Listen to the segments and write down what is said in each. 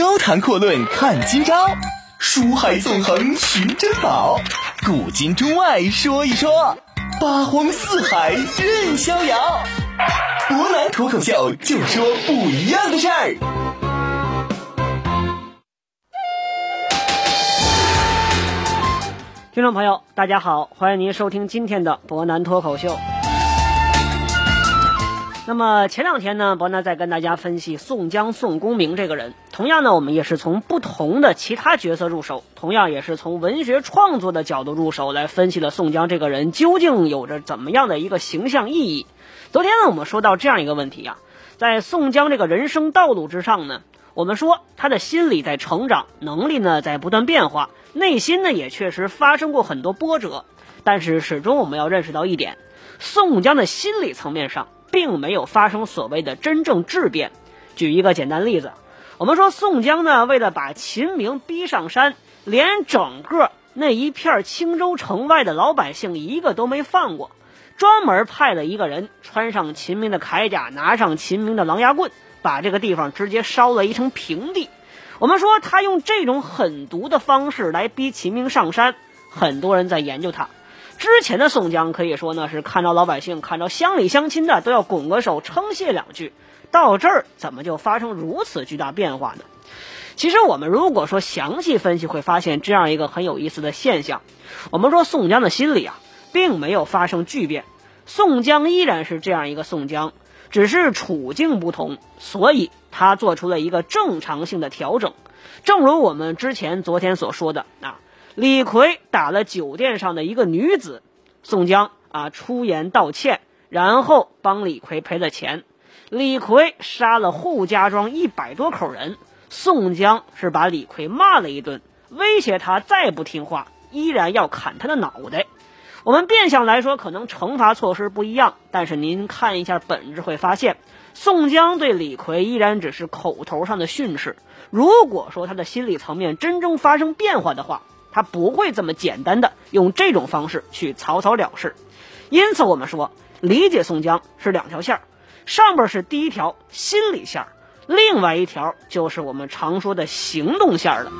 高谈阔论看今朝，书海纵横寻珍宝，古今中外说一说，八荒四海任逍遥。博南脱口秀，就说不一样的事儿。 听众朋友大家好，欢迎您收听今天的博南脱口秀。那么前两天呢，博南在跟大家分析宋江宋公明这个人，同样呢我们也是从不同的其他角色入手，同样也是从文学创作的角度入手来分析了宋江这个人究竟有着怎么样的一个形象意义。昨天呢我们说到这样一个问题啊，在宋江这个人生道路之上呢，我们说他的心理在成长，能力呢在不断变化，内心呢也确实发生过很多波折，但是始终我们要认识到一点，宋江的心理层面上并没有发生所谓的真正质变。举一个简单例子，我们说宋江呢为了把秦明逼上山，连整个那一片青州城外的老百姓一个都没放过，专门派了一个人穿上秦明的铠甲，拿上秦明的狼牙棍，把这个地方直接烧了一成平地。我们说他用这种狠毒的方式来逼秦明上山，很多人在研究他。之前的宋江可以说呢是看到老百姓，看到乡里乡亲的都要拱个手称谢两句，到这儿怎么就发生如此巨大变化呢？其实我们如果说详细分析，会发现这样一个很有意思的现象。我们说宋江的心里啊并没有发生巨变，宋江依然是这样一个宋江，只是处境不同，所以他做出了一个正常性的调整。正如我们昨天所说的啊，李逵打了酒店上的一个女子，宋江出言道歉，然后帮李逵赔了钱。李逵杀了扈家庄100多口人，宋江是把李逵骂了一顿，威胁他再不听话依然要砍他的脑袋。我们变相来说可能惩罚措施不一样，但是您看一下本质会发现，宋江对李逵依然只是口头上的训斥。如果说他的心理层面真正发生变化的话，他不会这么简单的用这种方式去草草了事。因此我们说理解宋江是两条线，上边是第一条心理线，另外一条就是我们常说的行动线了。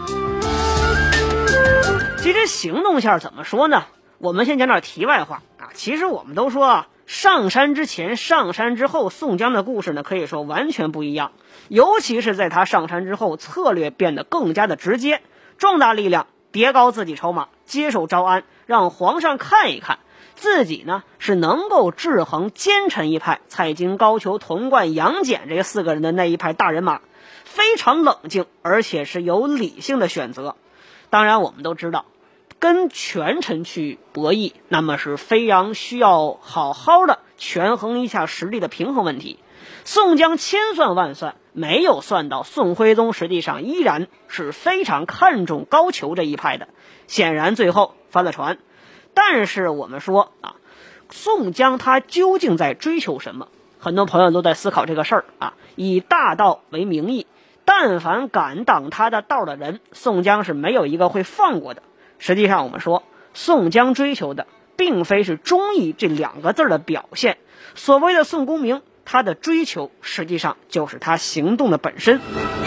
其实行动线怎么说呢，我们先讲点题外话啊。其实我们都说上山之前上山之后，宋江的故事呢可以说完全不一样。尤其是在他上山之后，策略变得更加的直接，壮大力量，叠高自己筹码，接受招安，让皇上看一看自己呢是能够制衡奸臣一派蔡京、高俅、童贯、杨戬这4个人的那一派大人马，非常冷静，而且是有理性的选择。当然我们都知道，跟权臣去博弈，那么是非常需要好好的权衡一下实力的平衡问题。宋江千算万算，没有算到宋徽宗实际上依然是非常看重高俅这一派的，显然最后翻了船。但是我们说宋江他究竟在追求什么？很多朋友都在思考这个事儿以大道为名义，但凡敢挡他的道的人，宋江是没有一个会放过的。实际上我们说宋江追求的并非是忠义这2个字的表现，所谓的宋公明，他的追求实际上就是他行动的本身。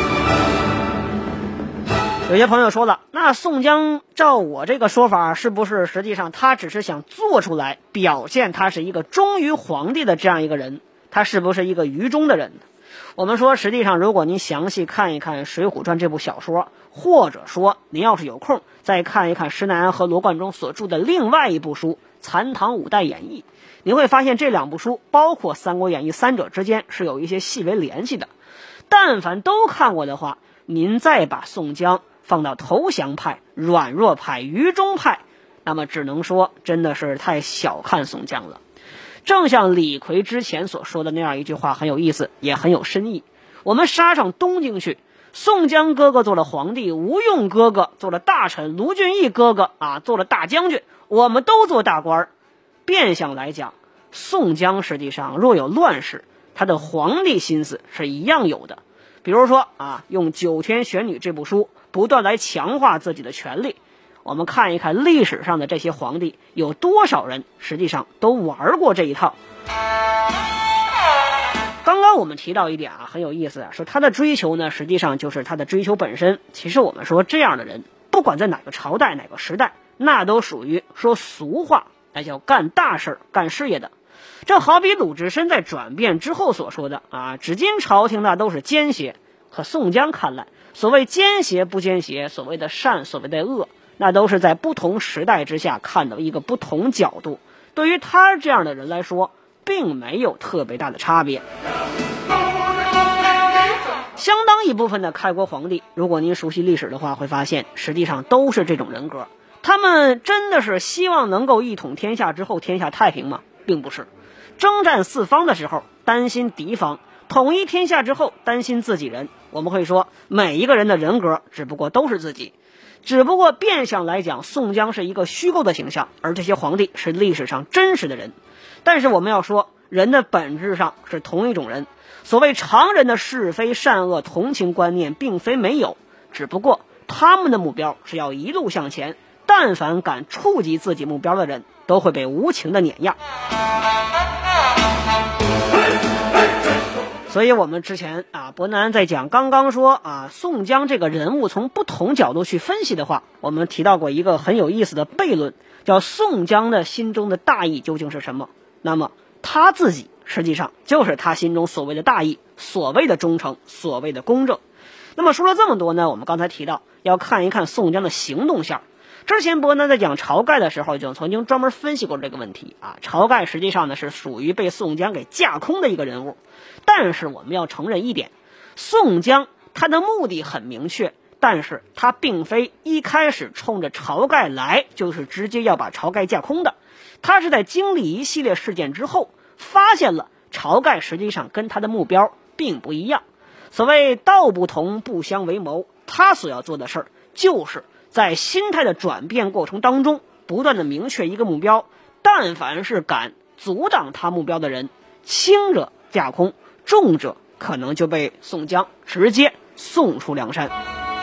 有些朋友说了，那宋江照我这个说法，是不是实际上他只是想做出来表现他是一个忠于皇帝的这样一个人，他是不是一个愚忠的人呢？我们说实际上如果您详细看一看《水浒传》这部小说，或者说您要是有空再看一看施耐庵和罗贯中所著的另外一部书《残唐五代演义》，你会发现这2部书包括《三国演义》三者之间是有一些细微联系的。但凡都看过的话，您再把宋江放到投降派、软弱派、愚忠派，那么只能说真的是太小看宋江了。正像李逵之前所说的那样一句话很有意思，也很有深意。我们杀上东京去，宋江哥哥做了皇帝，吴用哥哥做了大臣，卢俊义哥哥做了大将军，我们都做大官。变相来讲，宋江实际上若有乱世，他的皇帝心思是一样有的。比如说用《九天玄女》这部书不断来强化自己的权力。我们看一看历史上的这些皇帝，有多少人实际上都玩过这一套。刚刚我们提到一点啊，很有意思啊，说他的追求呢，实际上就是他的追求本身。其实我们说这样的人，不管在哪个朝代、哪个时代，那都属于说俗话，那叫干大事、干事业的。这好比鲁智深在转变之后所说的啊，只今朝廷那都是奸邪。可宋江看来，所谓奸邪不奸邪，所谓的善，所谓的恶，那都是在不同时代之下看到一个不同角度。对于他这样的人来说，并没有特别大的差别。相当一部分的开国皇帝，如果您熟悉历史的话，会发现实际上都是这种人格。他们真的是希望能够一统天下之后天下太平吗？并不是。征战四方的时候担心敌方，统一天下之后担心自己人。我们会说每一个人的人格只不过都是自己，只不过变相来讲，宋江是一个虚构的形象，而这些皇帝是历史上真实的人。但是我们要说，人的本质上是同一种人。所谓常人的是非善恶同情观念并非没有，只不过他们的目标是要一路向前，但凡敢触及自己目标的人，都会被无情的碾压。所以我们之前伯南在讲刚刚说宋江这个人物从不同角度去分析的话，我们提到过一个很有意思的悖论，叫宋江的心中的大义究竟是什么？那么他自己实际上就是他心中所谓的大义，所谓的忠诚，所谓的公正。那么说了这么多呢，我们刚才提到要看一看宋江的行动线。之前伯南在讲晁盖的时候就曾经专门分析过这个问题晁盖实际上呢是属于被宋江给架空的一个人物。但是我们要承认一点，宋江他的目的很明确，但是他并非一开始冲着晁盖来就是直接要把晁盖架空的，他是在经历一系列事件之后发现了晁盖实际上跟他的目标并不一样。所谓道不同不相为谋，他所要做的事儿就是在心态的转变过程当中不断的明确一个目标，但凡是敢阻挡他目标的人，轻者架空，重者可能就被宋江直接送出梁山。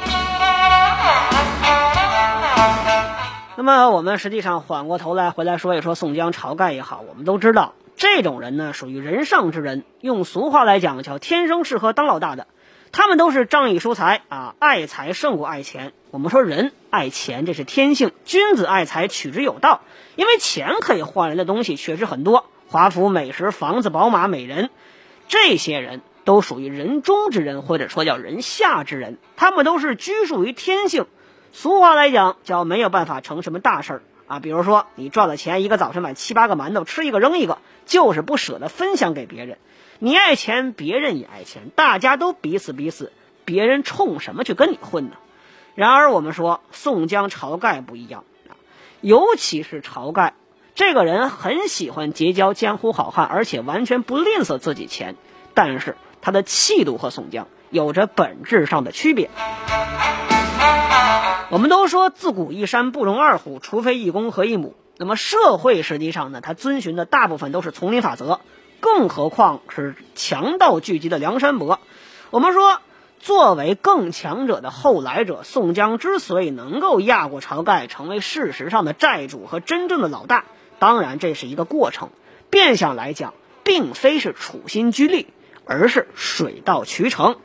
那么我们实际上缓过头来回来说一说宋江晁盖也好，我们都知道这种人呢属于人上之人，用俗话来讲叫天生适合当老大的。他们都是仗义疏财爱财胜过爱钱。我们说人爱钱这是天性，君子爱财取之有道，因为钱可以换来的东西确实很多，华服美食房子宝马美人，这些人都属于人中之人，或者说叫人下之人，他们都是拘束于天性。俗话来讲叫没有办法成什么大事比如说你赚了钱，一个早晨买7、8个馒头吃一个扔一个，就是不舍得分享给别人。你爱钱，别人也爱钱，大家都彼此，别人冲什么去跟你混呢？然而我们说宋江晁盖不一样尤其是晁盖这个人很喜欢结交江湖好汉，而且完全不吝啬自己钱，但是他的气度和宋江有着本质上的区别。我们都说自古一山不容二虎，除非一公和一母。那么社会实际上呢，它遵循的大部分都是丛林法则，更何况是强盗聚集的梁山伯。我们说作为更强者的后来者，宋江之所以能够压过晁盖，成为事实上的寨主和真正的老大，当然这是一个过程，变相来讲并非是处心积虑，而是水到渠成。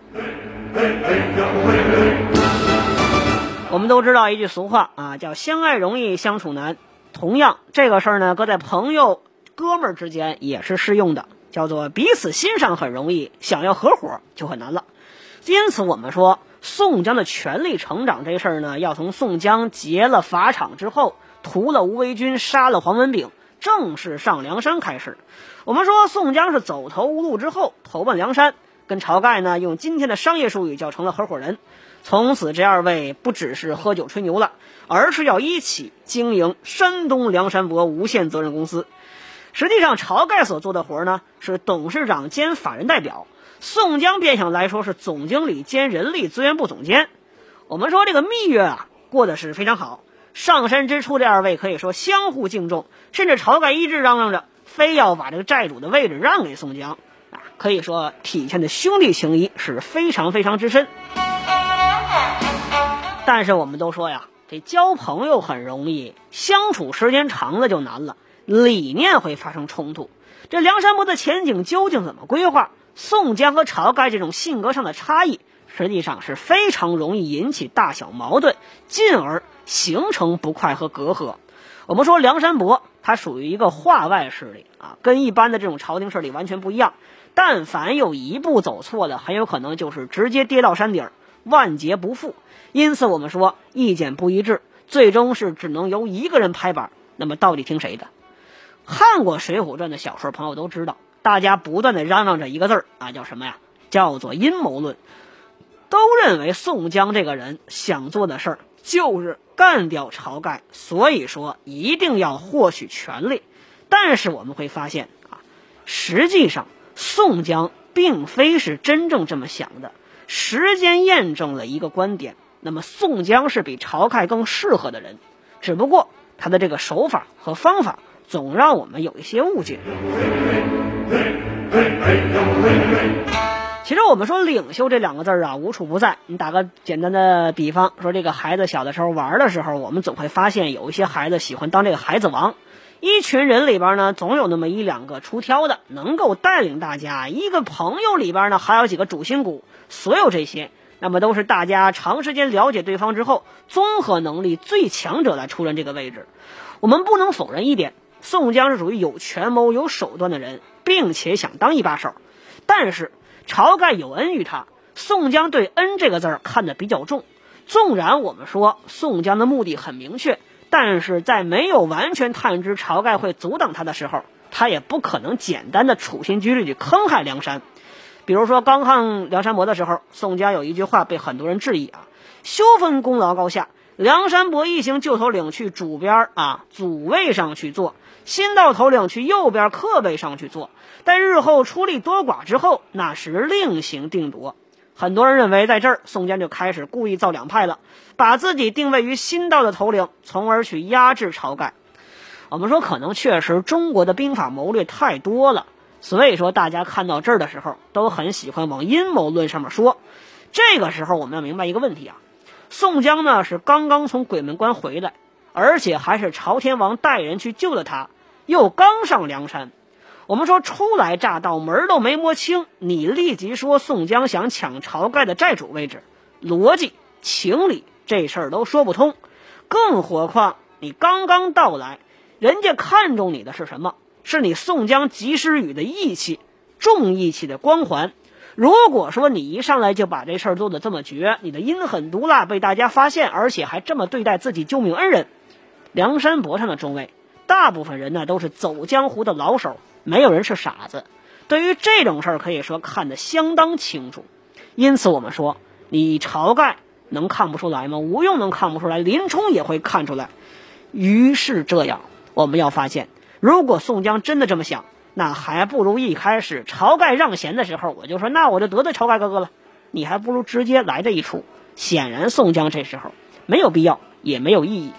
我们都知道一句俗话叫相爱容易相处难。同样这个事儿呢，搁在朋友哥们儿之间也是适用的，叫做彼此欣赏很容易，想要合伙就很难了。因此我们说宋江的权力成长这事儿呢，要从宋江劫了法场之后，屠了无为军，杀了黄文炳，正式上梁山开始。我们说宋江是走投无路之后投奔梁山，跟晁盖呢用今天的商业术语叫成了合伙人。从此这二位不只是喝酒吹牛了，而是要一起经营山东梁山伯无限责任公司。实际上晁盖所做的活呢是董事长兼法人代表，宋江变相来说是总经理兼人力资源部总监。我们说这个蜜月过得是非常好，上山之初这二位可以说相互敬重，甚至晁盖一直嚷嚷着非要把这个寨主的位置让给宋江可以说体现的兄弟情谊是非常非常之深。但是我们都说这交朋友很容易，相处时间长了就难了，理念会发生冲突。这梁山伯的前景究竟怎么规划， 宋江和晁盖这种性格上的差异，实际上是非常容易引起大小矛盾，进而形成不快和隔阂。我们说梁山伯他属于一个化外势力啊，跟一般的这种朝廷势力完全不一样。但凡有一步走错了，很有可能就是直接跌到山底儿，万劫不复。因此我们说意见不一致，最终是只能由一个人拍板。那么到底听谁的？看过《水浒传》的小说朋友都知道，大家不断的嚷嚷着一个字儿啊，叫什么呀？叫做阴谋论。都认为宋江这个人想做的事儿就是干掉晁盖，所以说一定要获取权力。但是我们会发现啊，实际上宋江并非是真正这么想的。时间验证了一个观点，那么宋江是比晁盖更适合的人，只不过他的这个手法和方法总让我们有一些误解。其实我们说领袖这两个字啊，无处不在。你打个简单的比方，说这个孩子小的时候玩的时候，我们总会发现有一些孩子喜欢当这个孩子王。一群人里边呢，总有那么一两个出挑的，能够带领大家。一个朋友里边呢，还有几个主心骨。所有这些，那么都是大家长时间了解对方之后，综合能力最强者来出任这个位置。我们不能否认一点，宋江是属于有权谋有手段的人，并且想当一把手。但是晁盖有恩于他，宋江对恩这个字儿看得比较重。纵然我们说宋江的目的很明确，但是在没有完全探知晁盖会阻挡他的时候，他也不可能简单的处心积虑去坑害梁山。比如说刚看梁山伯的时候，宋江有一句话被很多人质疑啊，休分功劳高下，梁山伯一行旧头领去主边祖位上去做，新到头领去右边客位上去做，但日后出力多寡之后，那是另行定夺。很多人认为在这儿宋江就开始故意造两派了，把自己定位于新到的头领，从而去压制晁盖。我们说可能确实中国的兵法谋略太多了，所以说大家看到这儿的时候都很喜欢往阴谋论上面说。这个时候我们要明白一个问题啊，宋江呢是刚刚从鬼门关回来，而且还是朝天王带人去救了他，又刚上梁山。我们说初来乍到，门都没摸清，你立即说宋江想抢晁盖的寨主位置，逻辑情理这事儿都说不通。更何况你刚刚到来，人家看中你的是什么？是你宋江及时雨的义气，重义气的光环。如果说你一上来就把这事儿做得这么绝，你的阴狠毒辣被大家发现，而且还这么对待自己救命恩人，梁山伯上的中尉大部分人呢都是走江湖的老手，没有人是傻子，对于这种事儿可以说看得相当清楚。因此我们说你晁盖能看不出来吗？吴用能看不出来，林冲也会看出来。于是这样我们要发现，如果宋江真的这么想，那还不如一开始晁盖让贤的时候我就说，那我就得罪晁盖哥哥了，你还不如直接来这一出。显然宋江这时候没有必要也没有意义。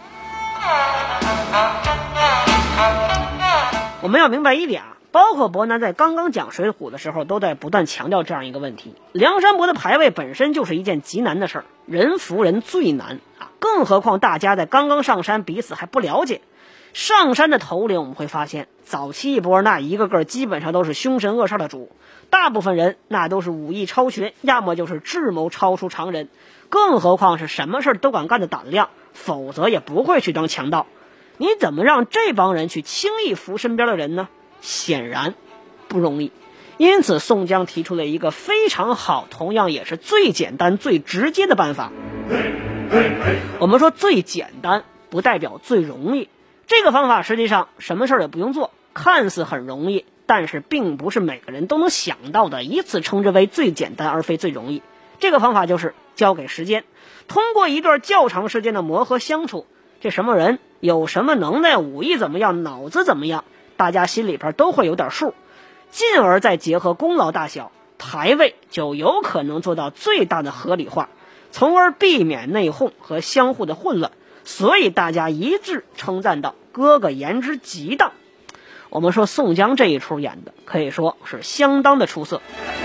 我们要明白一点啊，包括伯南在刚刚讲水浒的时候都在不断强调这样一个问题，梁山伯的排位本身就是一件极难的事儿，人服人最难啊，更何况大家在刚刚上山彼此还不了解。上山的头领我们会发现，早期一波那一个个基本上都是凶神恶煞的主，大部分人那都是武艺超群，要么就是智谋超出常人，更何况是什么事都敢干的胆量，否则也不会去当强盗。你怎么让这帮人去轻易服身边的人呢？显然不容易。因此宋江提出了一个非常好，同样也是最简单最直接的办法。我们说最简单不代表最容易，这个方法实际上什么事儿也不用做，看似很容易，但是并不是每个人都能想到的，以此称之为最简单而非最容易。这个方法就是交给时间，通过一段较长时间的磨合相处，这什么人有什么能耐，武艺怎么样，脑子怎么样，大家心里边都会有点数，进而再结合功劳大小，排位就有可能做到最大的合理化，从而避免内讧和相互的混乱。所以大家一致称赞道，哥哥言之极当。我们说宋江这一出演的可以说是相当的出色。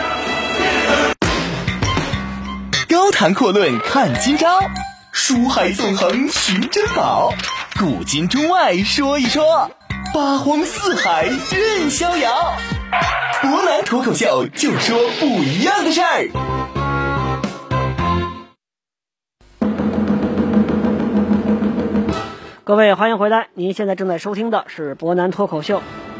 高谈阔论看今朝，书海纵横寻珍宝，古今中外说一说，八荒四海任逍遥。 博南脱口秀，就说不一样的事儿。 各位欢迎回来，您现在正在收听的是博南脱口秀。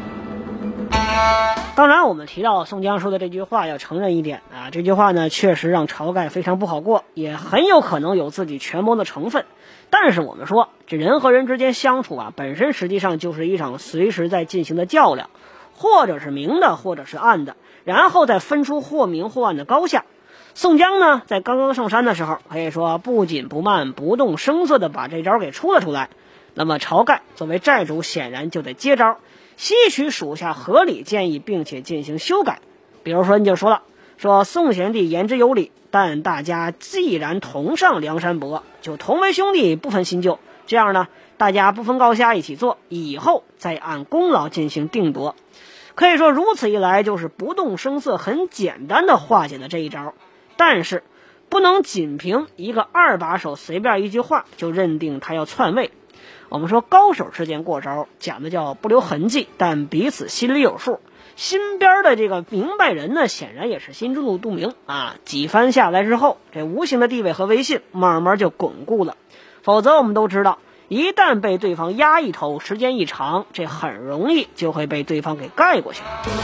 当然我们提到宋江说的这句话要承认一点啊，这句话呢确实让晁盖非常不好过，也很有可能有自己权谋的成分。但是我们说这人和人之间相处啊，本身实际上就是一场随时在进行的较量，或者是明的或者是暗的，然后再分出或明或暗的高下。宋江呢在刚刚上山的时候可以说不紧不慢不动声色的把这招给出了出来，那么晁盖作为寨主显然就得接招，吸取属下合理建议并且进行修改。比如说你就说了，说宋贤弟言之有理，但大家既然同上梁山伯，就同为兄弟不分新旧，这样呢大家不分高下一起做，以后再按功劳进行定夺。可以说如此一来就是不动声色很简单的化解了这一招。但是不能仅凭一个二把手随便一句话就认定他要篡位。我们说高手之间过招讲的叫不留痕迹，但彼此心里有数。心边的这个明白人呢显然也是心中肚明啊，几番下来之后，这无形的地位和威信慢慢就巩固了。否则我们都知道，一旦被对方压一头，时间一长，这很容易就会被对方给盖过去。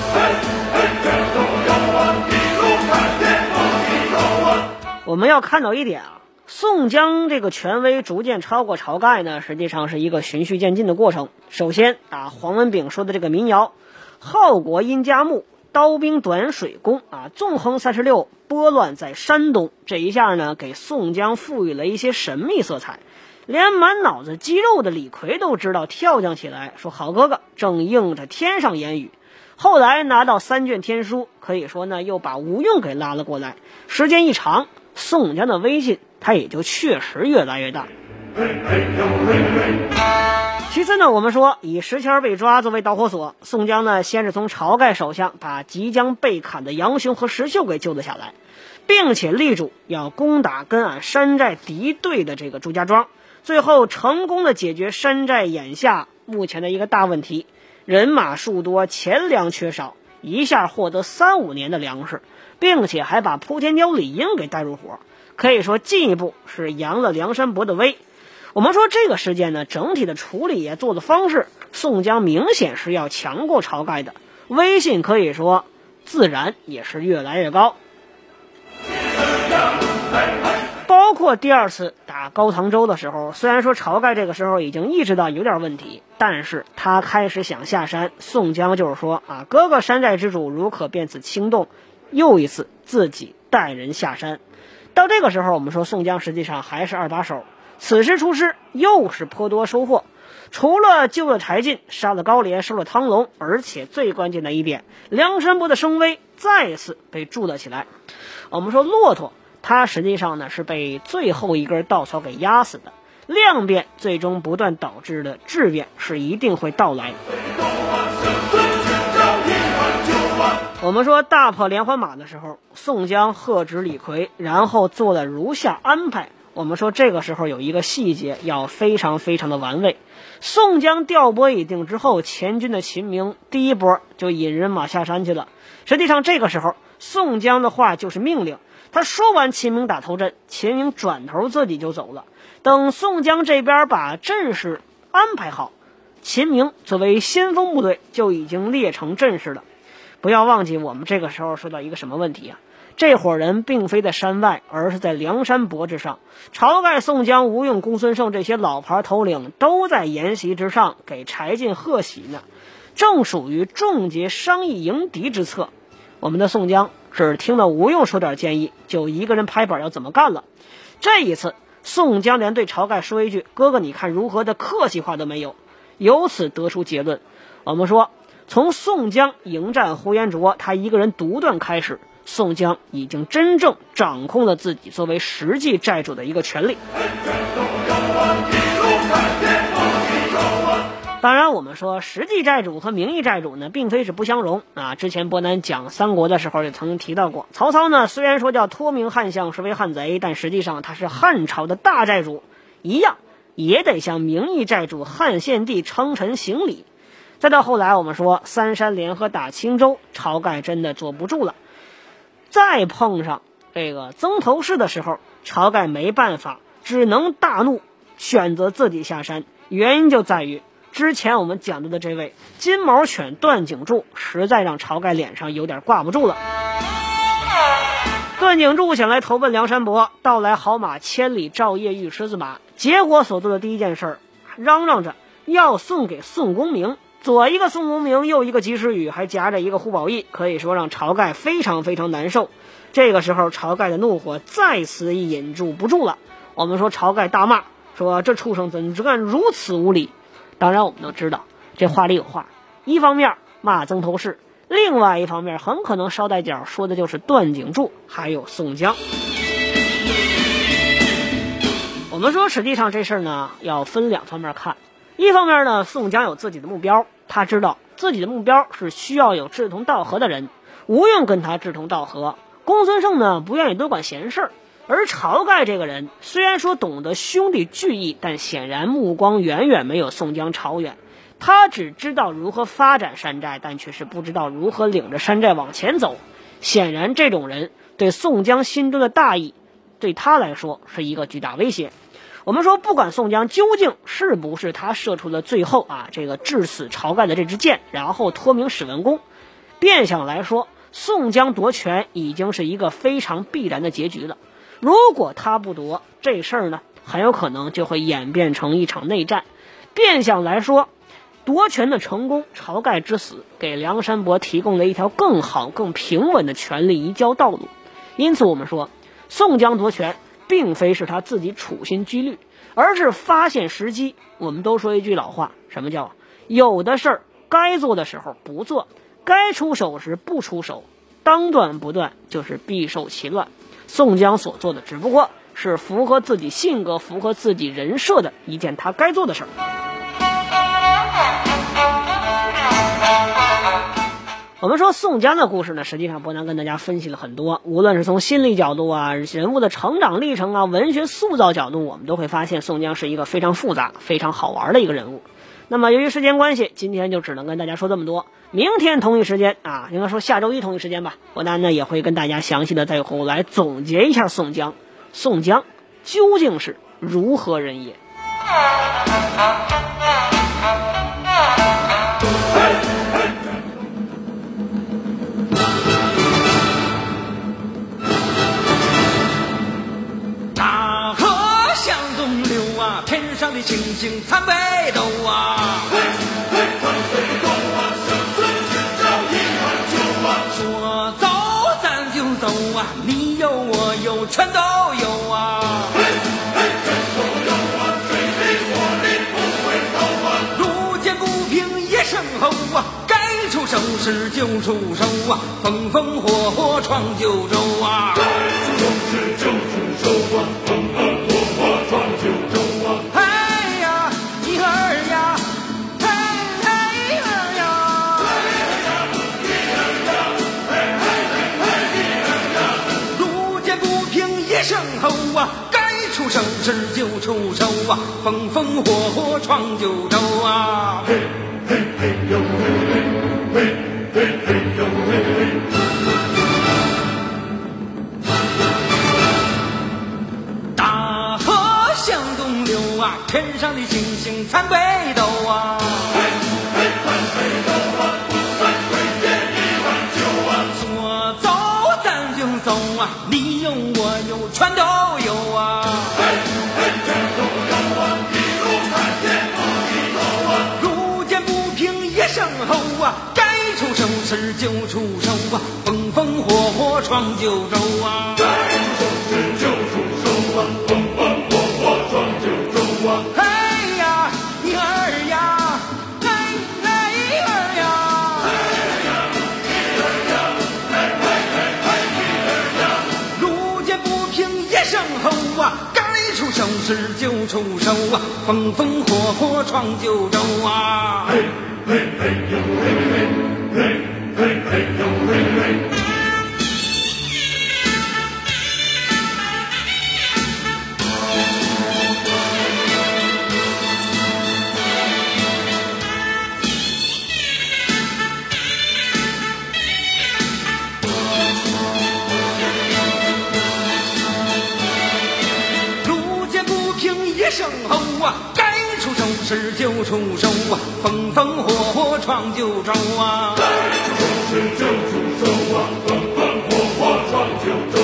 我们要看到一点啊，宋江这个权威逐渐超过晁盖呢，实际上是一个循序渐进的过程。首先啊，黄文炳说的这个民谣号国殷家木，刀兵短水攻啊，纵横36，拨乱在山东，这一下呢给宋江赋予了一些神秘色彩，连满脑子肌肉的李逵都知道跳将起来，说好哥哥正应着天上言语。后来拿到3卷天书，可以说呢又把吴用给拉了过来，时间一长，宋江的威信他也就确实越来越大。其次呢，我们说以石谦被抓作为导火索，宋江呢先是从晁盖手下把即将被砍的杨雄和石秀给救了下来，并且力主要攻打跟俺山寨敌对的这个祝家庄，最后成功的解决山寨眼下目前的一个大问题，人马数多，钱粮缺少，一下获得3-5年的粮食，并且还把扑天雕李应给带入伙，可以说进一步是扬了梁山伯的威。我们说这个事件呢，整体的处理也做的方式，宋江明显是要强过晁盖的，威信可以说自然也是越来越高。包括第二次打高唐州的时候，虽然说晁盖这个时候已经意识到有点问题，但是他开始想下山，宋江就是说啊，哥哥山寨之主如可变此轻动，又一次自己带人下山。到这个时候我们说宋江实际上还是二把手，此时出师又是颇多收获，除了救了柴进，杀了高廉，收了汤龙，而且最关键的一点，梁山伯的声威再次被筑了起来。我们说骆驼它实际上呢是被最后一根稻草给压死的，量变最终不断导致的质变是一定会到来。我们说大破连环马的时候，宋江喝止李逵，然后做了如下安排。我们说这个时候有一个细节要非常非常的完备。宋江调拨已定之后，前军的秦明第一波就引人马下山去了。实际上这个时候宋江的话就是命令，他说完秦明打头阵，秦明转头自己就走了。等宋江这边把阵势安排好，秦明作为先锋部队就已经列成阵势了。不要忘记我们这个时候说到一个什么问题啊，这伙人并非在山外，而是在梁山伯之上。晁盖、宋江、吴用、公孙胜这些老牌头领都在筵席之上给柴进贺喜呢，正属于众结商议迎敌之策。我们的宋江只听到吴用说点建议，就一个人拍板要怎么干了。这一次宋江连对晁盖说一句哥哥你看如何的客气话都没有，由此得出结论，我们说从宋江迎战呼延灼他一个人独断开始，宋江已经真正掌控了自己作为实际寨主的一个权利。当然我们说实际寨主和名义寨主呢并非是不相容啊。之前伯南讲三国的时候也曾经提到过，曹操呢虽然说叫托名汉相实为汉贼，但实际上他是汉朝的大寨主，一样也得向名义寨主汉献帝称臣行礼。 再到后来我们说三山联合打青州，晁盖真的坐不住了。再碰上这个曾头市的时候，晁盖没办法，只能大怒，选择自己下山。原因就在于之前我们讲到的这位金毛犬段景柱，实在让晁盖脸上有点挂不住了。段景柱想来投奔梁山伯，盗来好马千里照夜玉狮子马，结果所做的第一件事，嚷嚷着要送给宋公明，左一个宋公明，右一个及时雨，还夹着一个胡宝义，可以说让晁盖非常非常难受。这个时候晁盖的怒火再次隐住不住了，我们说晁盖大骂，说这畜生怎敢如此无礼。当然我们都知道这话里有话，一方面骂曾头市，另外一方面很可能捎带脚说的就是段景柱还有宋江。我们说实际上这事儿呢要分两方面看，一方面呢，宋江有自己的目标，他知道自己的目标是需要有志同道合的人，吴用跟他志同道合，公孙胜呢不愿意多管闲事儿。而晁盖这个人虽然说懂得兄弟聚义，但显然目光远远没有宋江长远，他只知道如何发展山寨，但却是不知道如何领着山寨往前走。显然这种人对宋江心中的大义，对他来说是一个巨大威胁。我们说不管宋江究竟是不是他射出了最后这个致死晁盖的这支箭，然后托名史文恭，变相来说宋江夺权已经是一个非常必然的结局了。如果他不夺，这事儿呢很有可能就会演变成一场内战。变相来说，夺权的成功，晁盖之死，给梁山伯提供了一条更好更平稳的权力移交道路。因此我们说宋江夺权并非是他自己处心积虑，而是发现时机。我们都说一句老话，什么叫有的事儿该做的时候不做，该出手时不出手，当断不断就是必受其乱。宋江所做的只不过是符合自己性格、符合自己人设的一件他该做的事儿。我们说宋江的故事呢，实际上伯南跟大家分析了很多，无论是从心理角度人物的成长历程文学塑造角度，我们都会发现宋江是一个非常复杂非常好玩的一个人物。那么由于时间关系，今天就只能跟大家说这么多。明天同一时间应该说下周一同一时间吧，伯南呢也会跟大家详细的在后来总结一下宋江究竟是如何人也。 大河向东流天上的星星参北斗说走咱就走你有我有全都有路见不平一声吼该出手时就出手风风火火闯九州该出手时就出手风风火火闯九州嘿呀一儿呀嘿嘿儿呀一儿呀嘿嘿嘿一儿呀路见不平一声吼该出手时就出手风风火火闯九州嘿嘿嘿呦嘿嘿嘿嘿嘿呦嘿嘿大河向东流天上的星星参北斗参北斗不算贵贱一碗酒说走咱就走你有我有全都有全都有一路看见不低头路见不平一声吼该出手时就出手风风火火闯九州该出手时就出手风风火火闯九州嘿呀一儿呀嘿嘿一儿呀嘿呀一儿呀嘿嘿嘿嘿一儿呀路见不平一声吼该出手时就出手风风火火闯九州嘿嘿嘿呦嘿嘿嘿嘿嘿呦嘿嘿声吼啊，该出手时就出手啊，风风火火闯九州啊， 该出手时就出手啊，风风火火闯九州。